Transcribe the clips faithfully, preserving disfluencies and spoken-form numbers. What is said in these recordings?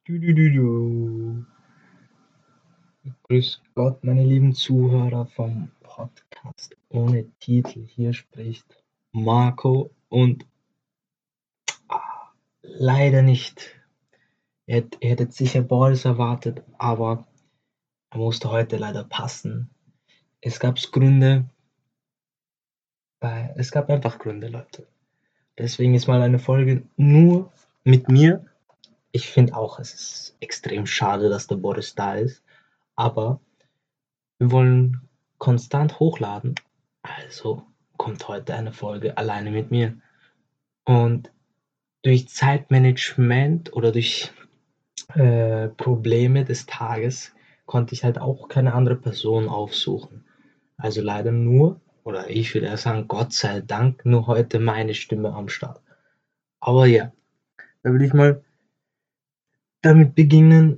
Du, du, du, du. Grüß Gott, meine lieben Zuhörer vom Podcast ohne Titel. Hier spricht Marco und ah, leider nicht. Ihr, hätt- ihr hättet sicher Boris erwartet, aber er musste heute leider passen. Es gab Gründe, bei, es gab einfach Gründe, Leute. Deswegen ist mal eine Folge nur mit mir. Ich finde auch, es ist extrem schade, dass der Boris da ist, aber wir wollen konstant hochladen, also kommt heute eine Folge alleine mit mir. Und durch Zeitmanagement oder durch äh, Probleme des Tages konnte ich halt auch keine andere Person aufsuchen. Also leider nur, oder ich würde eher sagen, Gott sei Dank, nur heute meine Stimme am Start. Aber ja, da will ich mal damit beginnen,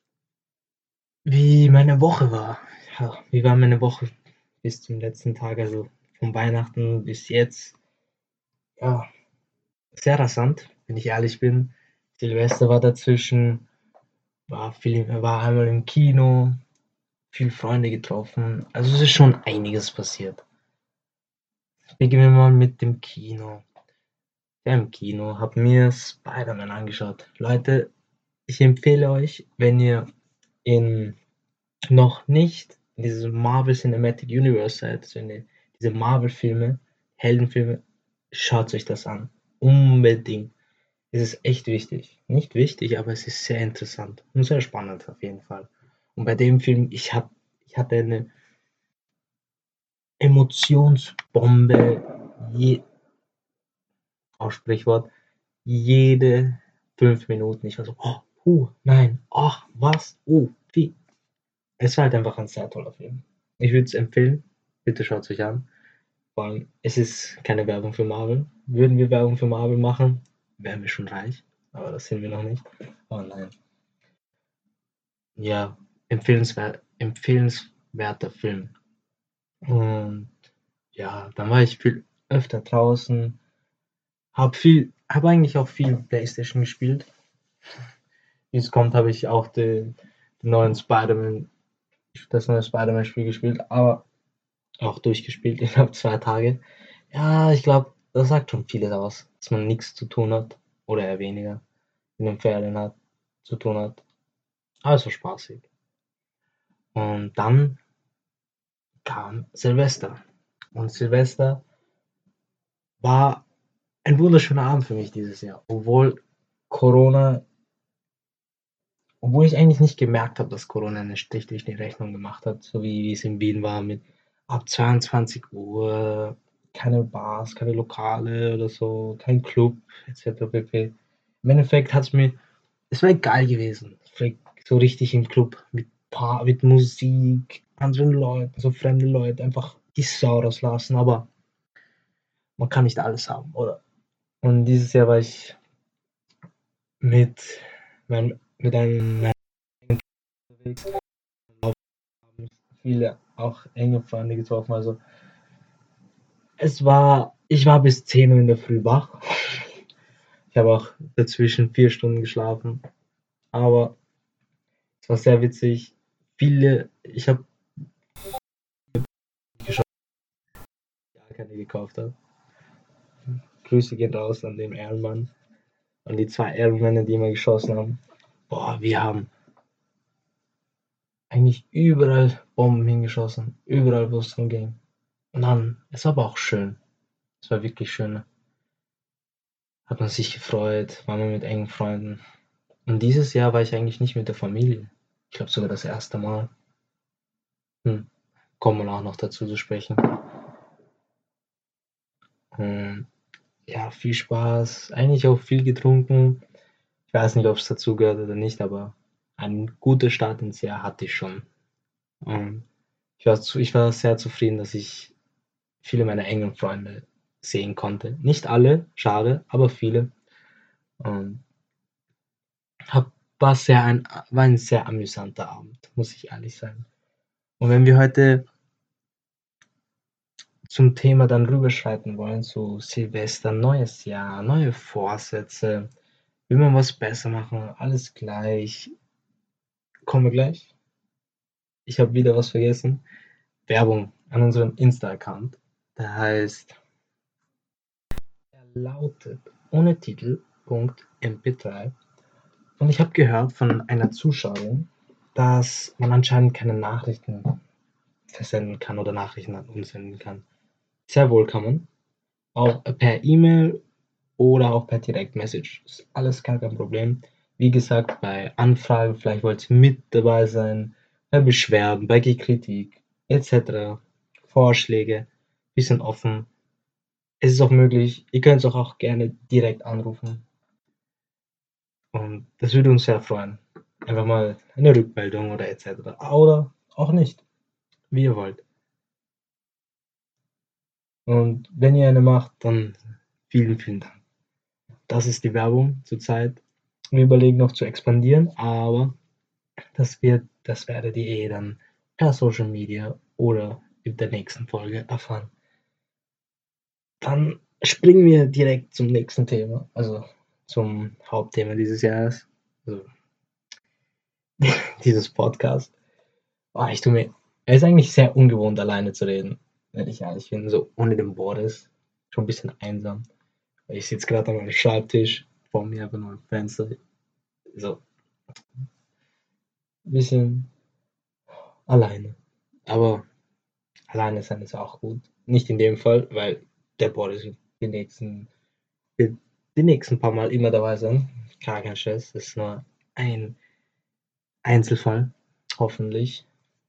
wie meine Woche war. Ja, wie war meine Woche bis zum letzten Tag, also von Weihnachten bis jetzt? Ja, sehr rasant, wenn ich ehrlich bin. Silvester war dazwischen, war, viel, war einmal im Kino, viele Freunde getroffen. Also es ist schon einiges passiert. Beginnen wir mal mit dem Kino. Ja, im Kino, habe mir Spider-Man angeschaut. Leute, ich empfehle euch, wenn ihr in noch nicht in diesem Marvel Cinematic Universe seid, also in die, diese Marvel-Filme, Heldenfilme, schaut euch das an. Unbedingt. Es ist echt wichtig. Nicht wichtig, aber es ist sehr interessant und sehr spannend auf jeden Fall. Und bei dem Film, ich, hab, ich hatte eine Emotionsbombe, je, auch Sprichwort, jede fünf Minuten. Ich war so, oh, uh, nein, ach, was, uh, wie. Es war halt einfach ein sehr toller Film. Ich würde es empfehlen. Bitte schaut es euch an. Vor allem, es ist keine Werbung für Marvel. Würden wir Werbung für Marvel machen, wären wir schon reich. Aber das sind wir noch nicht. Oh nein. Ja, empfehlenswer empfehlenswerter Film. Und ja, dann war ich viel öfter draußen, habe viel, habe eigentlich auch viel PlayStation gespielt. Wie es kommt, habe ich auch den, den neuen Spider-Man, das neue Spider-Man-Spiel gespielt, aber auch durchgespielt innerhalb zwei Tage. Ja, ich glaube, das sagt schon vieles aus, dass man nichts zu tun hat oder eher weniger in den Ferien hat, zu tun hat. Also spaßig. Und dann kam Silvester. Und Silvester war ein wunderschöner Abend für mich dieses Jahr, obwohl Corona, obwohl ich eigentlich nicht gemerkt habe, dass Corona einen Strich durch die Rechnung gemacht hat, so wie, wie es in Wien war mit ab zweiundzwanzig Uhr keine Bars, keine Lokale oder so, kein Club et cetera pp. Im Endeffekt hat es mir, es wäre geil gewesen, vielleicht so richtig im Club mit, Pa- mit Musik, anderen Leuten, so fremde Leute, einfach die Sau rauslassen, aber man kann nicht alles haben, oder? Und dieses Jahr war ich mit, mein, mit einem unterwegs, haben viele auch enge Freunde getroffen. Also es war, ich war bis zehn Uhr in der Früh wach. Ich habe auch dazwischen vier Stunden geschlafen. Aber es war sehr witzig. Viele, ich habe geschaut, gar keine gekauft habe. Grüße gehen raus an den Ehrenmann. An die zwei Ehrenmänner, die immer geschossen haben. Boah, wir haben eigentlich überall Bomben hingeschossen. Überall, wo es drum ging. Und dann, es war aber auch schön. Es war wirklich schön. Hat man sich gefreut, war man mit engen Freunden. Und dieses Jahr war ich eigentlich nicht mit der Familie. Ich glaube sogar das erste Mal. Hm. Kommen wir auch noch dazu zu sprechen. Und ja, viel Spaß, eigentlich auch viel getrunken. Ich weiß nicht, ob es dazu gehört oder nicht, aber ein guter Start ins Jahr hatte ich schon. Und ich war, zu, ich war sehr zufrieden, dass ich viele meiner engen Freunde sehen konnte. Nicht alle, schade, aber viele. Und hab, war, sehr ein, war ein sehr amüsanter Abend, muss ich ehrlich sein. Und wenn wir heute zum Thema dann rüberschreiten wollen, zu Silvester, neues Jahr, neue Vorsätze, Will man was besser machen, alles gleich. Kommen wir gleich. Ich habe wieder was vergessen. Werbung an unserem Insta-Account. Der heißt, er lautet ohne Titel M P drei. Und ich habe gehört von einer Zuschauerin, dass man anscheinend keine Nachrichten versenden kann oder Nachrichten an uns senden kann. Sehr wohl kann man. Auch per E-Mail oder auch per Direktmessage. Ist alles gar kein Problem. Wie gesagt, bei Anfragen, vielleicht wollt ihr mit dabei sein, bei Beschwerden, bei Kritik et cetera. Vorschläge, bisschen offen. Es ist auch möglich, ihr könnt es auch, auch gerne direkt anrufen. Und das würde uns sehr freuen. Einfach mal eine Rückmeldung oder et cetera. Oder auch nicht, wie ihr wollt. Und wenn ihr eine macht, dann vielen, vielen Dank. Das ist die Werbung zurzeit. Wir überlegen noch zu expandieren, aber das wird, das werdet ihr eh dann per Social Media oder in der nächsten Folge erfahren. Dann springen wir direkt zum nächsten Thema, also zum Hauptthema dieses Jahres, also dieses Podcast. Oh, ich tue mir, es ist eigentlich sehr ungewohnt, alleine zu reden, wenn ich ehrlich bin, so ohne den Boris, schon ein bisschen einsam. Ich sitze gerade an meinem Schreibtisch, vor mir einfach nur ein Fenster, so ein bisschen alleine. Aber alleine sein ist auch gut. Nicht in dem Fall, weil der Boris wird die nächsten, wird die nächsten paar Mal immer dabei sein. Gar kein Stress, das ist nur ein Einzelfall, hoffentlich.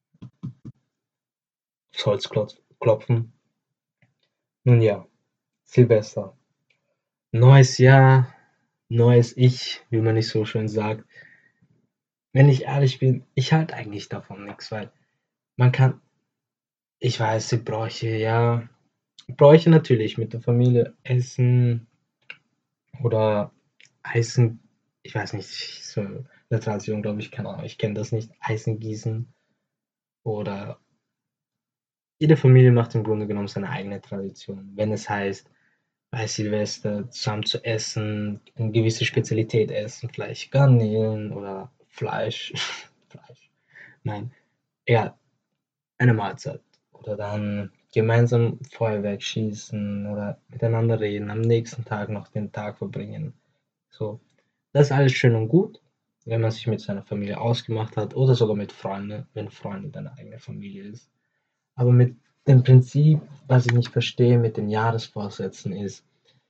Aufs Holz klopfen. Nun ja, Silvester. Neues Jahr, neues Ich, wie man nicht so schön sagt. Wenn ich ehrlich bin, ich halte eigentlich davon nichts, weil man kann, ich weiß, die Bräuche, ja, Bräuche natürlich mit der Familie essen oder Eisen, ich weiß nicht, so eine Tradition, glaube ich, keine Ahnung, ich kenne das nicht, Eisen gießen oder jede Familie macht im Grunde genommen seine eigene Tradition. Wenn es heißt, bei Silvester zusammen zu essen, eine gewisse Spezialität essen, vielleicht Garnelen oder Fleisch, Fleisch, nein, egal, eine Mahlzeit. Oder dann gemeinsam Feuerwerk schießen oder miteinander reden, am nächsten Tag noch den Tag verbringen. So, das ist alles schön und gut, wenn man sich mit seiner Familie ausgemacht hat oder sogar mit Freunden, wenn Freunde deine eigene Familie ist. Aber mit dem Prinzip, was ich nicht verstehe mit den Jahresvorsätzen ist,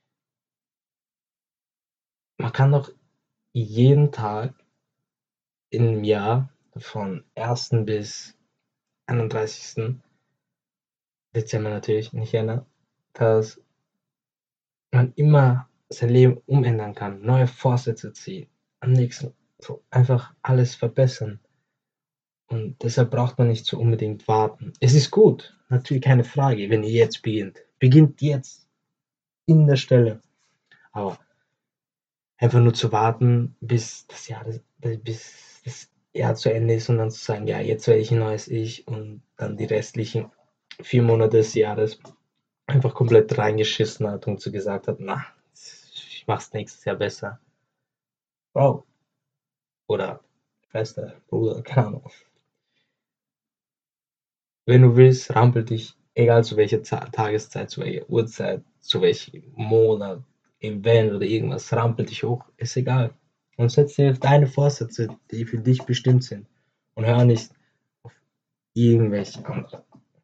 man kann doch jeden Tag im Jahr von ersten bis einunddreißigsten Dezember natürlich, nicht Jänner, dass man immer sein Leben umändern kann, neue Vorsätze ziehen, am nächsten so einfach alles verbessern. Und deshalb braucht man nicht so unbedingt warten. Es ist gut, natürlich keine Frage, wenn ihr jetzt beginnt. Beginnt jetzt in der Stelle. Aber einfach nur zu warten, bis das Jahr, bis das Jahr zu Ende ist und dann zu sagen, ja, jetzt werde ich ein neues Ich und dann die restlichen vier Monate des Jahres einfach komplett reingeschissen hat und so gesagt hat, na, ich mach's nächstes Jahr besser. Wow. Oder Schwester, Bruder, keine Ahnung. Wenn du willst, rampel dich, egal zu welcher Tageszeit, zu welcher Uhrzeit, zu welchem Monat, Event oder irgendwas, rampel dich hoch, ist egal. Und setz dir deine Vorsätze, die für dich bestimmt sind. Und hör nicht auf irgendwelche anderen.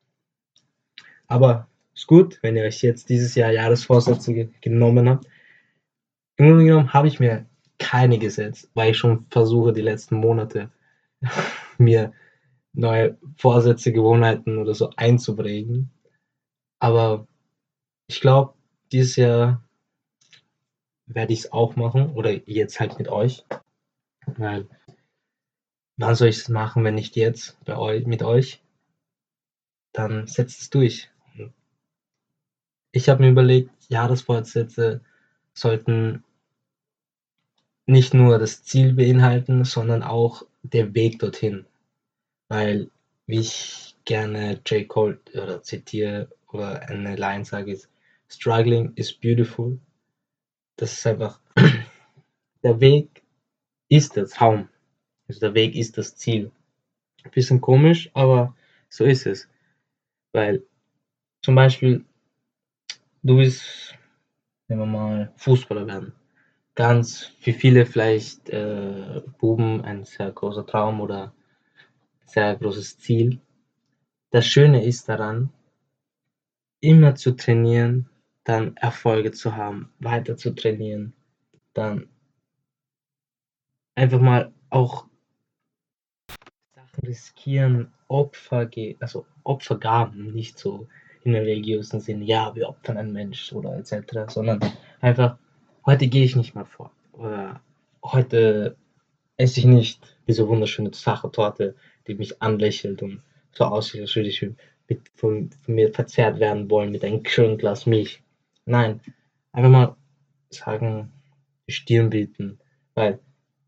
Aber ist gut, wenn ihr euch jetzt dieses Jahr Jahresvorsätze ge genommen habt. Im Grunde genommen habe ich mir keine gesetzt, weil ich schon versuche, die letzten Monate mir neue Vorsätze, Gewohnheiten oder so einzuprägen. Aber ich glaube, dieses Jahr werde ich es auch machen oder jetzt halt mit euch. Weil wann soll ich es machen, wenn nicht jetzt bei euch, mit euch? Dann setzt es durch. Ich habe mir überlegt, Jahresvorsätze sollten nicht nur das Ziel beinhalten, sondern auch der Weg dorthin. Weil, wie ich gerne J. Cole oder zitiere oder eine Line sage, ist Struggling is beautiful. Das ist einfach der Weg ist der Traum. Also der Weg ist das Ziel. Ein bisschen komisch, aber so ist es. Weil zum Beispiel, du willst, nehmen wir mal, Fußballer werden. Ganz für viele vielleicht äh, Buben ein sehr großer Traum oder sehr großes Ziel. Das Schöne ist daran, immer zu trainieren, dann Erfolge zu haben, weiter zu trainieren, dann einfach mal auch Sachen riskieren, Opfer ge also Opfergaben, nicht so in einem religiösen Sinn, ja, wir opfern einen Mensch oder et cetera, sondern einfach, heute gehe ich nicht mehr fort oder heute esse ich nicht diese wunderschöne Sachertorte, die mich anlächelt und so aussieht, als würde ich mit, von, von mir verzehrt werden wollen mit einem schönen Glas Milch. Nein, einfach mal sagen, die Stirn bieten, weil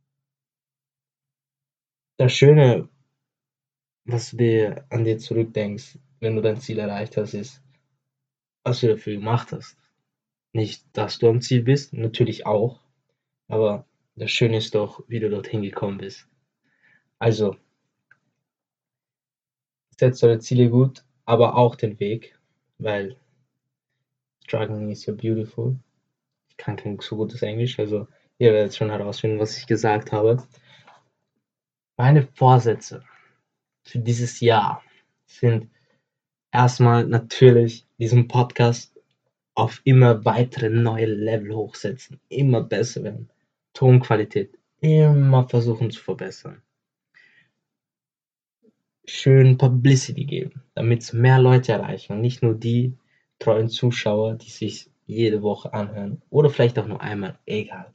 das Schöne, was du dir an dir zurückdenkst, wenn du dein Ziel erreicht hast, ist, was du dafür gemacht hast. Nicht, dass du am Ziel bist, natürlich auch, aber das Schöne ist doch, wie du dorthin gekommen bist. Also, setzt eure Ziele gut, aber auch den Weg, weil struggling is so beautiful. Ich kann kein so gutes Englisch, also ihr werdet schon herausfinden, was ich gesagt habe. Meine Vorsätze für dieses Jahr sind erstmal natürlich diesen Podcast auf immer weitere neue Level hochsetzen, immer besser werden, Tonqualität immer versuchen zu verbessern, schön Publicity geben, damit es mehr Leute erreichen und nicht nur die treuen Zuschauer, die sich jede Woche anhören oder vielleicht auch nur einmal, egal.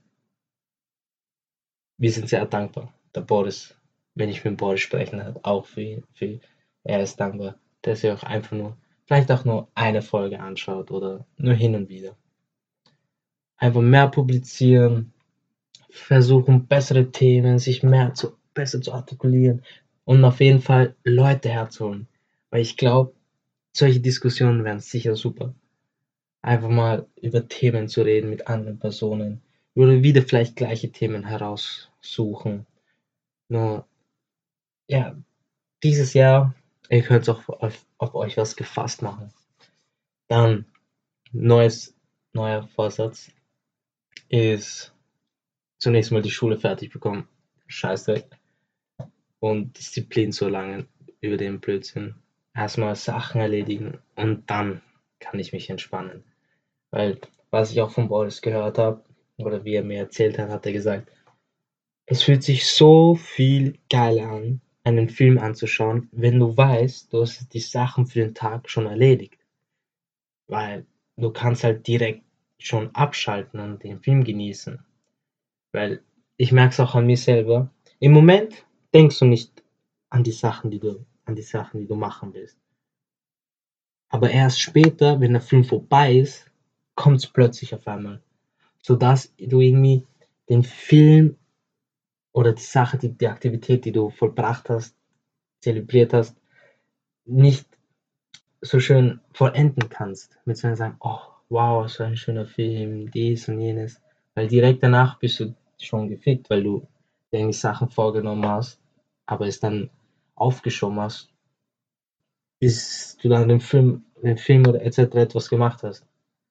Wir sind sehr dankbar. Der Boris, wenn ich mit Boris sprechen hat, auch für, für er ist dankbar, dass er auch einfach nur, vielleicht auch nur eine Folge anschaut oder nur hin und wieder. Einfach mehr publizieren, versuchen bessere Themen, sich mehr zu, besser zu artikulieren und auf jeden Fall Leute herzuholen. Weil ich glaube, solche Diskussionen wären sicher super. Einfach mal über Themen zu reden mit anderen Personen oder wieder vielleicht gleiche Themen heraussuchen. Nur, ja, dieses Jahr, ihr könnt auch auf, auf euch was gefasst machen. Dann, neues, neuer Vorsatz ist zunächst mal die Schule fertig bekommen. Scheiße. Und Disziplin zu erlangen über den Blödsinn. Erstmal Sachen erledigen und dann kann ich mich entspannen. Weil, was ich auch von Boris gehört habe, oder wie er mir erzählt hat, hat er gesagt, es fühlt sich so viel geiler an, einen Film anzuschauen, wenn du weißt, du hast die Sachen für den Tag schon erledigt. Weil du kannst halt direkt schon abschalten und den Film genießen. Weil ich merke es auch an mir selber. Im Moment denkst du nicht an die Sachen, die du, an die Sachen, die du machen willst. Aber erst später, wenn der Film vorbei ist, kommt es plötzlich auf einmal. Sodass du irgendwie den Film oder die Sache, die, die Aktivität, die du vollbracht hast, zelebriert hast, nicht so schön vollenden kannst. Mit so einem sagen, oh, wow, so ein schöner Film, dies und jenes. Weil direkt danach bist du schon gefickt, weil du dir eigentlich Sachen vorgenommen hast, aber es dann aufgeschoben hast, bis du dann den Film, den Film oder et cetera etwas gemacht hast.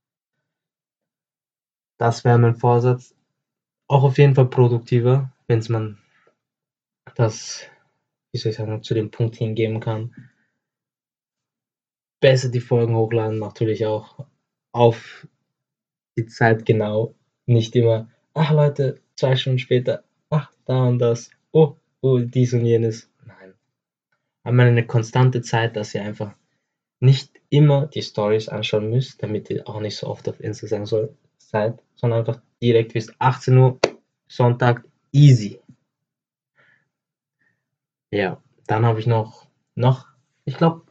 Das wäre mein Vorsatz. Auch auf jeden Fall produktiver, wenn es man das, wie soll ich sagen, zu dem Punkt hingeben kann. Besser die Folgen hochladen, natürlich auch auf die Zeit genau. Nicht immer, ach Leute, zwei Stunden später, ach, da und das, oh, oh, dies und jenes. Nein. Einmal eine konstante Zeit, dass ihr einfach nicht immer die Stories anschauen müsst, damit ihr auch nicht so oft auf Insta sein soll, seid, sondern einfach direkt bis achtzehn Uhr, Sonntag, easy. Ja, dann habe ich noch, noch, ich glaube,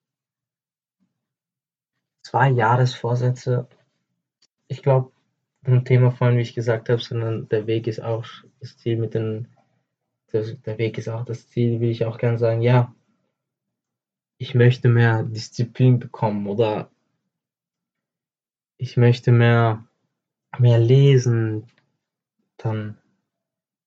zwei Jahresvorsätze. Ich glaube, ein Thema vorhin, wie ich gesagt habe, sondern der Weg ist auch das Ziel mit den, der, der Weg ist auch das Ziel, will ich auch gerne sagen, ja, ich möchte mehr Disziplin bekommen oder ich möchte mehr, mehr lesen, dann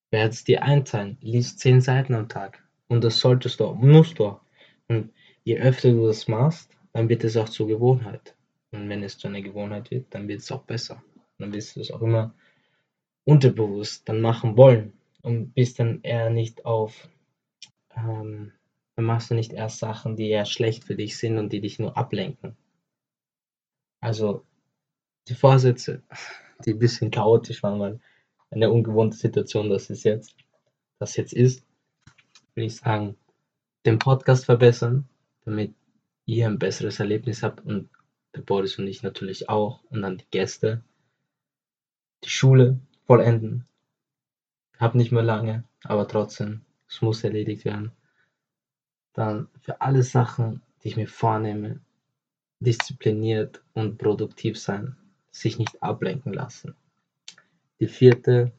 werde es dir einteilen. Lies zehn Seiten am Tag. Und das solltest du, musst du auch. Und je öfter du das machst, dann wird es auch zur Gewohnheit. Und wenn es zu einer Gewohnheit wird, dann wird es auch besser. Dann wirst du es auch immer unterbewusst dann machen wollen. Und bist dann eher nicht auf, ähm, dann machst du nicht erst Sachen, die eher schlecht für dich sind und die dich nur ablenken. Also die Vorsätze, die ein bisschen chaotisch waren, weil eine ungewohnte Situation, das ist jetzt, das jetzt ist, würde ich sagen, den Podcast verbessern, damit ihr ein besseres Erlebnis habt und der Boris und ich natürlich auch und dann die Gäste. Die Schule vollenden. Hab nicht mehr lange, aber trotzdem, es muss erledigt werden. Dann für alle Sachen, die ich mir vornehme, diszipliniert und produktiv sein, sich nicht ablenken lassen. Die vierte,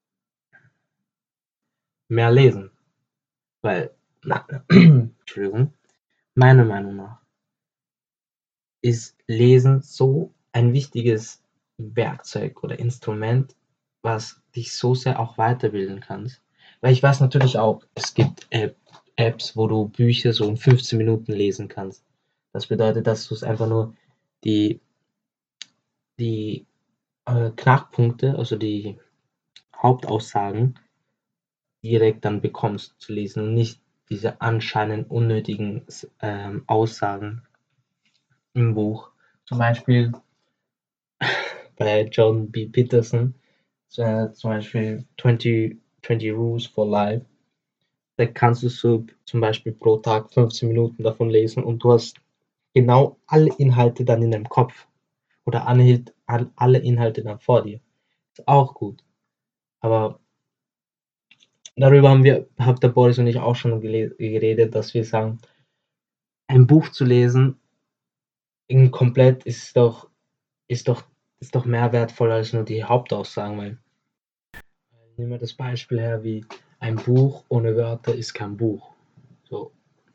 mehr lesen, weil, na, Entschuldigung, meiner Meinung nach ist Lesen so ein wichtiges Werkzeug oder Instrument, was dich so sehr auch weiterbilden kannst. Weil ich weiß natürlich auch, es gibt App, Apps, wo du Bücher so in fünfzehn Minuten lesen kannst. Das bedeutet, dass du es einfach nur die, die äh, Knackpunkte, also die Hauptaussagen direkt dann bekommst zu lesen und nicht diese anscheinend unnötigen ähm, Aussagen im Buch. Zum Beispiel bei John B. Peterson, äh, zum Beispiel zwanzig, zwanzig Rules for Life. Da kannst du so zum Beispiel pro Tag fünfzehn Minuten davon lesen und du hast genau alle Inhalte dann in deinem Kopf oder alle, alle Inhalte dann vor dir. Ist auch gut. Aber darüber haben wir, hat der Boris und ich auch schon geredet, dass wir sagen, ein Buch zu lesen in komplett ist doch, ist doch, ist doch mehr wertvoll als nur die Hauptaussagen, weil nehmen wir das Beispiel her, wie ein Buch ohne Wörter ist kein Buch. So,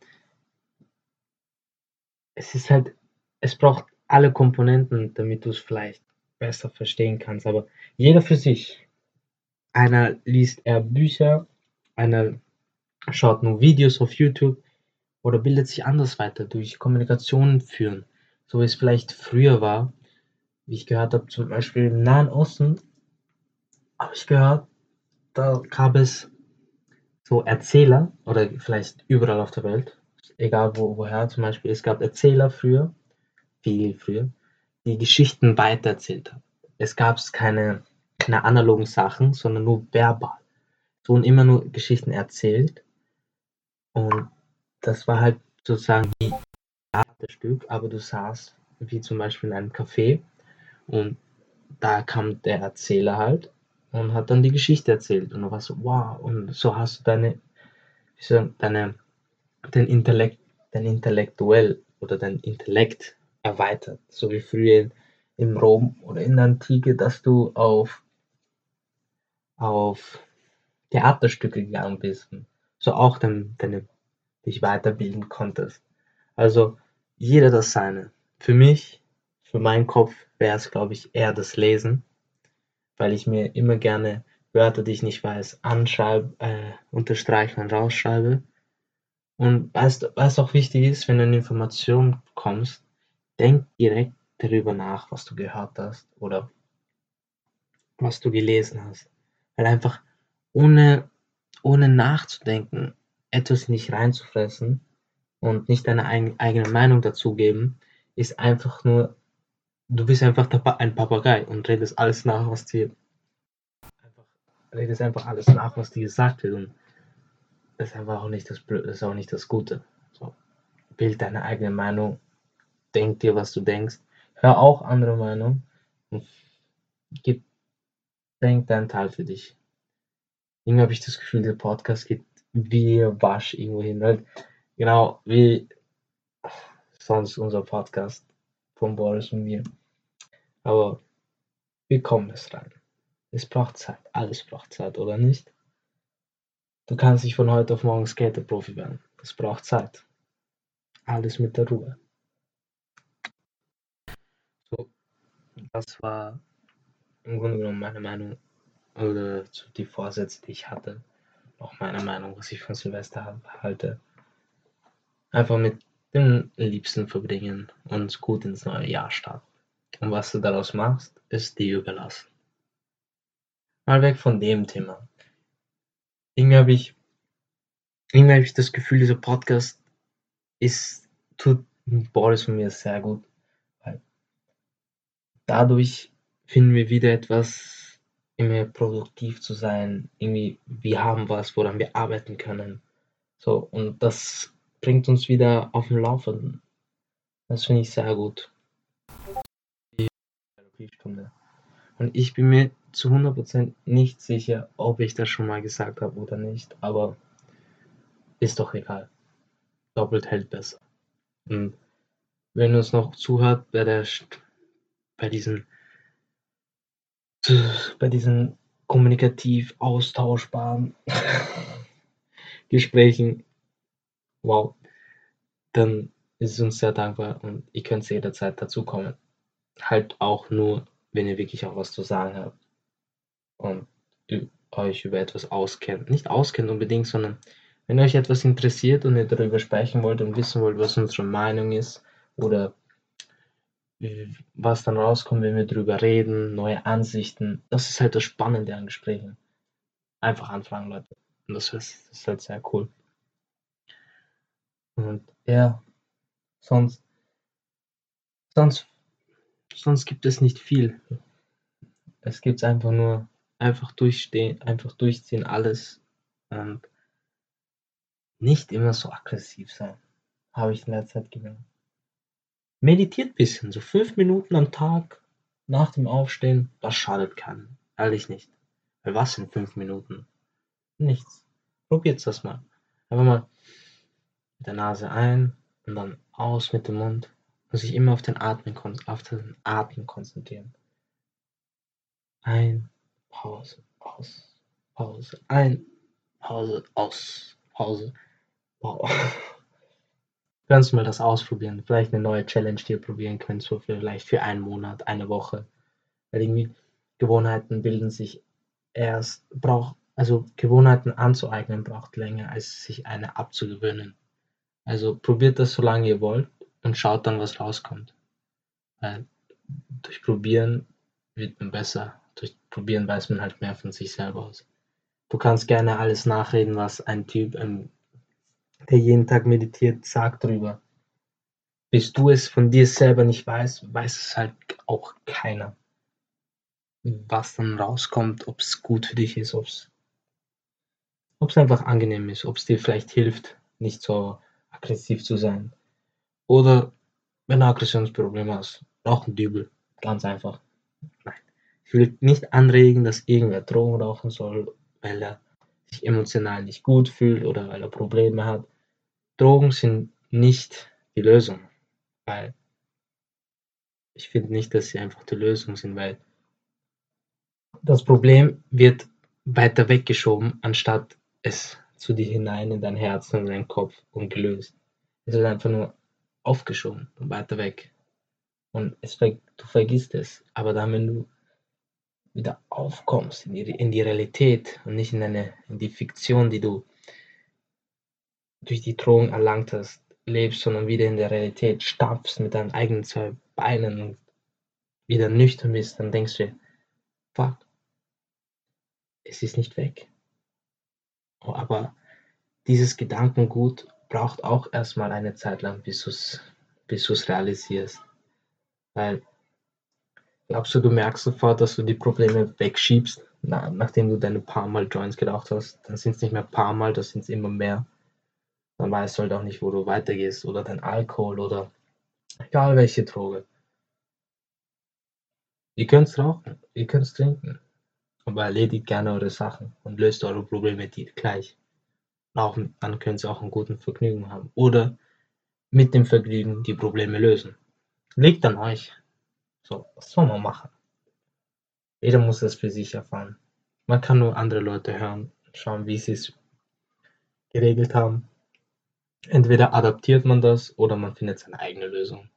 es ist halt, es braucht alle Komponenten, damit du es vielleicht besser verstehen kannst, aber jeder für sich. Einer liest eher Bücher, einer schaut nur Videos auf YouTube oder bildet sich anders weiter durch Kommunikation führen, so wie es vielleicht früher war, wie ich gehört habe, zum Beispiel im Nahen Osten, habe ich gehört, da gab es so Erzähler oder vielleicht überall auf der Welt, egal wo, woher, zum Beispiel, es gab Erzähler früher, viel früher, die Geschichten weitererzählt haben. Es gab keine, keine analogen Sachen, sondern nur verbal. Es wurden immer nur Geschichten erzählt und das war halt sozusagen wie ein Theaterstück, aber du saßt wie zum Beispiel in einem Café und da kam der Erzähler halt und hat dann die Geschichte erzählt und du warst so, wow, und so hast du deine, wie soll, deine den Intellekt, dein Intellektuell oder dein Intellekt erweitert, so wie früher im Rom oder in der Antike, dass du auf, auf Theaterstücke gegangen bist und so auch dann deine, dich weiterbilden konntest. Also jeder das seine. Für mich, für meinen Kopf wäre es, glaube ich, eher das Lesen, weil ich mir immer gerne Wörter, die ich nicht weiß, anschreibe, äh, unterstreiche und rausschreibe. Und was, was auch wichtig ist, wenn du eine Information bekommst, denk direkt darüber nach, was du gehört hast oder was du gelesen hast. Weil einfach ohne, ohne nachzudenken, etwas nicht reinzufressen und nicht deine eigen, eigene Meinung dazugeben, ist einfach nur, du bist einfach ein Papagei und redest alles nach, was dir einfach, redest einfach alles nach, was dir gesagt wird. Und das ist einfach auch nicht das Blöde, das ist auch nicht das Gute. So, bild deine eigene Meinung, denk dir, was du denkst. Hör auch andere Meinungen und gib, denk deinen Teil für dich. Irgendwie habe ich das Gefühl, der Podcast geht wie Wasch irgendwo hin. Weil genau wie sonst unser Podcast von Boris und mir. Aber wir kommen es rein. Es braucht Zeit. Alles braucht Zeit, oder nicht? Du kannst nicht von heute auf morgen Skater-Profi werden. Es braucht Zeit. Alles mit der Ruhe. So, das war im Grunde genommen meine Meinung oder zu die Vorsätze, die ich hatte. Auch meine Meinung, was ich von Silvester hab- halte. Einfach mit den Liebsten verbringen und gut ins neue Jahr starten. Und was du daraus machst, ist dir überlassen. Mal weg von dem Thema. Irgendwie habe ich, irgendwie habe ich das Gefühl, dieser Podcast ist, tut Boris und mir sehr gut. Weil dadurch finden wir wieder etwas, immer produktiv zu sein. Irgendwie, wir haben was, woran wir arbeiten können. So, und das bringt uns wieder auf den Laufenden. Das finde ich sehr gut. Therapiestunde. Und ich bin mir zu hundert Prozent nicht sicher, ob ich das schon mal gesagt habe oder nicht, aber ist doch egal. Doppelt hält besser. Und wenn ihr uns noch zuhört bei der bei diesen bei diesen kommunikativ austauschbaren Gesprächen, wow, dann ist es uns sehr dankbar und ihr könnt jederzeit dazukommen. Halt auch nur, wenn ihr wirklich auch was zu sagen habt und euch über etwas auskennt. Nicht auskennt unbedingt, sondern wenn euch etwas interessiert und ihr darüber sprechen wollt und wissen wollt, was unsere Meinung ist oder was dann rauskommt, wenn wir darüber reden, neue Ansichten, das ist halt das Spannende an Gesprächen. Einfach anfragen, Leute. Und das ist, das ist halt sehr cool. Und ja, sonst, sonst, sonst gibt es nicht viel. Es gibt einfach nur, einfach durchstehen, einfach durchziehen, alles und nicht immer so aggressiv sein. Habe ich in der Zeit gelernt. Meditiert ein bisschen, so fünf Minuten am Tag nach dem Aufstehen, das schadet keinem. Ehrlich nicht. Weil was sind fünf Minuten? Nichts. Probiert das mal. Einfach mal mit der Nase ein und dann aus mit dem Mund und sich immer auf den Atmen, auf den Atem konzentrieren. Ein, Pause, aus, Pause, ein, Pause, aus, Pause, wow. Kannst du mal das ausprobieren? Vielleicht eine neue Challenge, die ihr probieren könnt, so vielleicht für einen Monat, eine Woche. Weil irgendwie Gewohnheiten bilden sich erst, braucht, also Gewohnheiten anzueignen braucht länger, als sich eine abzugewöhnen. Also probiert das so lange ihr wollt und schaut dann, was rauskommt. Weil durch Probieren wird man besser. Durch Probieren weiß man halt mehr von sich selber aus. Du kannst gerne alles nachreden, was ein Typ, ähm, der jeden Tag meditiert, sagt drüber. Bis du es von dir selber nicht weißt, weiß es halt auch keiner. Was dann rauskommt, ob es gut für dich ist, ob es einfach angenehm ist, ob es dir vielleicht hilft, nicht so aggressiv zu sein. Oder wenn du Aggressionsprobleme hast, rauch ein Dübel. Ganz einfach. Nein. Ich will nicht anregen, dass irgendwer Drogen rauchen soll, weil er sich emotional nicht gut fühlt oder weil er Probleme hat. Drogen sind nicht die Lösung, weil ich finde nicht, dass sie einfach die Lösung sind, weil das Problem wird weiter weggeschoben, anstatt es zu dir hinein in dein Herz und deinen Kopf und gelöst. Es wird einfach nur aufgeschoben und weiter weg. Und es, du vergisst es. Aber dann, wenn du wieder aufkommst in die, in die Realität und nicht in, eine, in die Fiktion, die du durch die Drohung erlangt hast, lebst, sondern wieder in der Realität stampfst mit deinen eigenen zwei Beinen und wieder nüchtern bist, dann denkst du, fuck, es ist nicht weg. Oh, aber dieses Gedankengut braucht auch erstmal eine Zeit lang, bis du es bis du's realisierst. Weil glaubst du, du merkst sofort, dass du die Probleme wegschiebst, na, nachdem du deine paar Mal Joints geraucht hast? Dann sind es nicht mehr paar Mal, das sind es immer mehr. Dann weißt du halt auch nicht, wo du weitergehst. Oder dein Alkohol oder egal welche Droge. Ihr könnt rauchen, ihr könnt trinken, aber erledigt gerne eure Sachen und löst eure Probleme gleich. Rauchen, dann könnt ihr auch einen guten Vergnügen haben. Oder mit dem Vergnügen die Probleme lösen. Liegt an euch. So, was soll man machen? Jeder muss das für sich erfahren. Man kann nur andere Leute hören, schauen, wie sie es geregelt haben. Entweder adaptiert man das oder man findet seine eigene Lösung.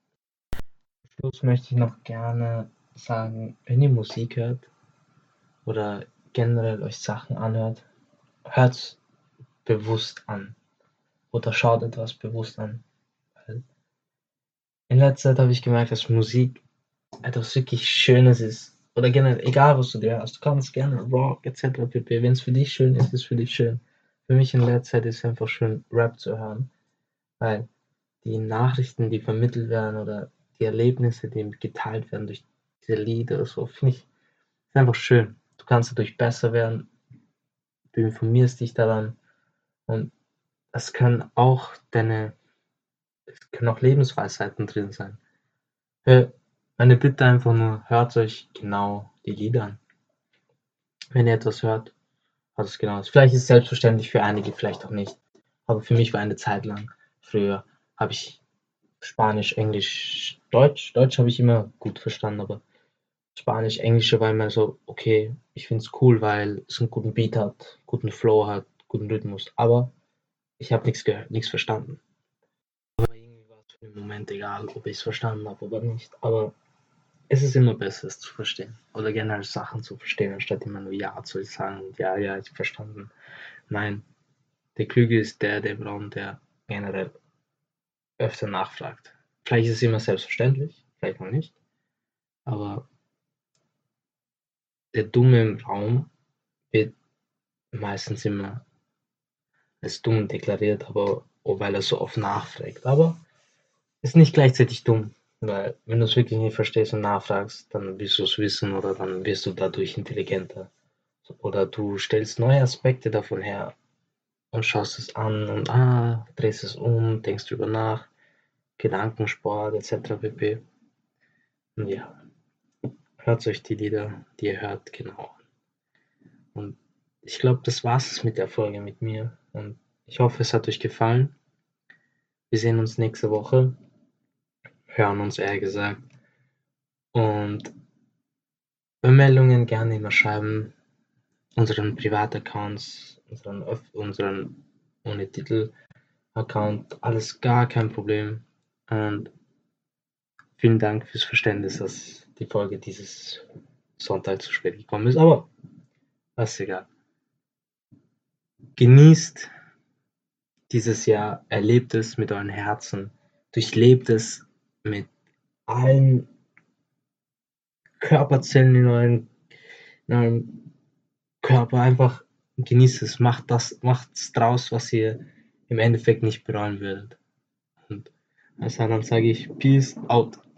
Zum Schluss möchte ich noch gerne sagen, wenn ihr Musik hört oder generell euch Sachen anhört, hört's bewusst an. Oder schaut etwas bewusst an. Weil in letzter Zeit habe ich gemerkt, dass Musik etwas wirklich Schönes ist. Oder generell, egal was du dir hörst, du kannst gerne Rock et cetera pp. Wenn es für dich schön ist, ist es für dich schön. Für mich in letzter Zeit ist es einfach schön, Rap zu hören. Weil die Nachrichten, die vermittelt werden oder die Erlebnisse, die geteilt werden durch diese Lieder oder so, finde ich ist einfach schön. Du kannst dadurch besser werden, du informierst dich daran und es können auch deine, es können auch Lebensweisheiten drin sein. Hör- Meine Bitte einfach nur, hört euch genau die Lieder an. Wenn ihr etwas hört, hört es genau. Vielleicht ist es selbstverständlich für einige, vielleicht auch nicht. Aber für mich war eine Zeit lang, früher habe ich Spanisch, Englisch, Deutsch. Deutsch habe ich immer gut verstanden, aber Spanisch, Englische war immer so, okay, ich finde es cool, weil es einen guten Beat hat, guten Flow hat, guten Rhythmus. Aber ich habe nichts gehört, nichts verstanden. Aber irgendwie war es für den Moment egal, ob ich es verstanden habe oder nicht. Aber es ist immer besser, es zu verstehen. Oder generell Sachen zu verstehen, anstatt immer nur Ja zu sagen und ja, ja, ich verstanden. Nein, der Klüge ist der, der Braun, der generell öfter nachfragt. Vielleicht ist es immer selbstverständlich, vielleicht noch nicht. Aber der Dumme im Raum wird meistens immer als dumm deklariert, aber oh, weil er so oft nachfragt. Aber ist nicht gleichzeitig dumm, weil wenn du es wirklich nicht verstehst und nachfragst, dann wirst du es wissen oder dann wirst du dadurch intelligenter. Oder du stellst neue Aspekte davon her und schaust es an und ah, drehst es um, denkst drüber nach, Gedankensport et cetera pp. Und ja, hört euch die Lieder, die ihr hört, genau an. Und ich glaube, das war's es mit der Folge mit mir. Und ich hoffe, es hat euch gefallen. Wir sehen uns nächste Woche, hören uns eher gesagt. Und Bemeldungen gerne immer schreiben, unseren Privataccounts, unseren, unseren ohne Titel-Account, alles gar kein Problem. Und vielen Dank fürs Verständnis, dass die Folge dieses Sonntag zu spät gekommen ist. Aber das ist egal. Genießt dieses Jahr, erlebt es mit euren Herzen, durchlebt es mit allen Körperzellen in euren, in eurem Körper. Einfach genießt es, macht das, macht's draus, was ihr im Endeffekt nicht bereuen würdet. Und also dann sage ich Peace out.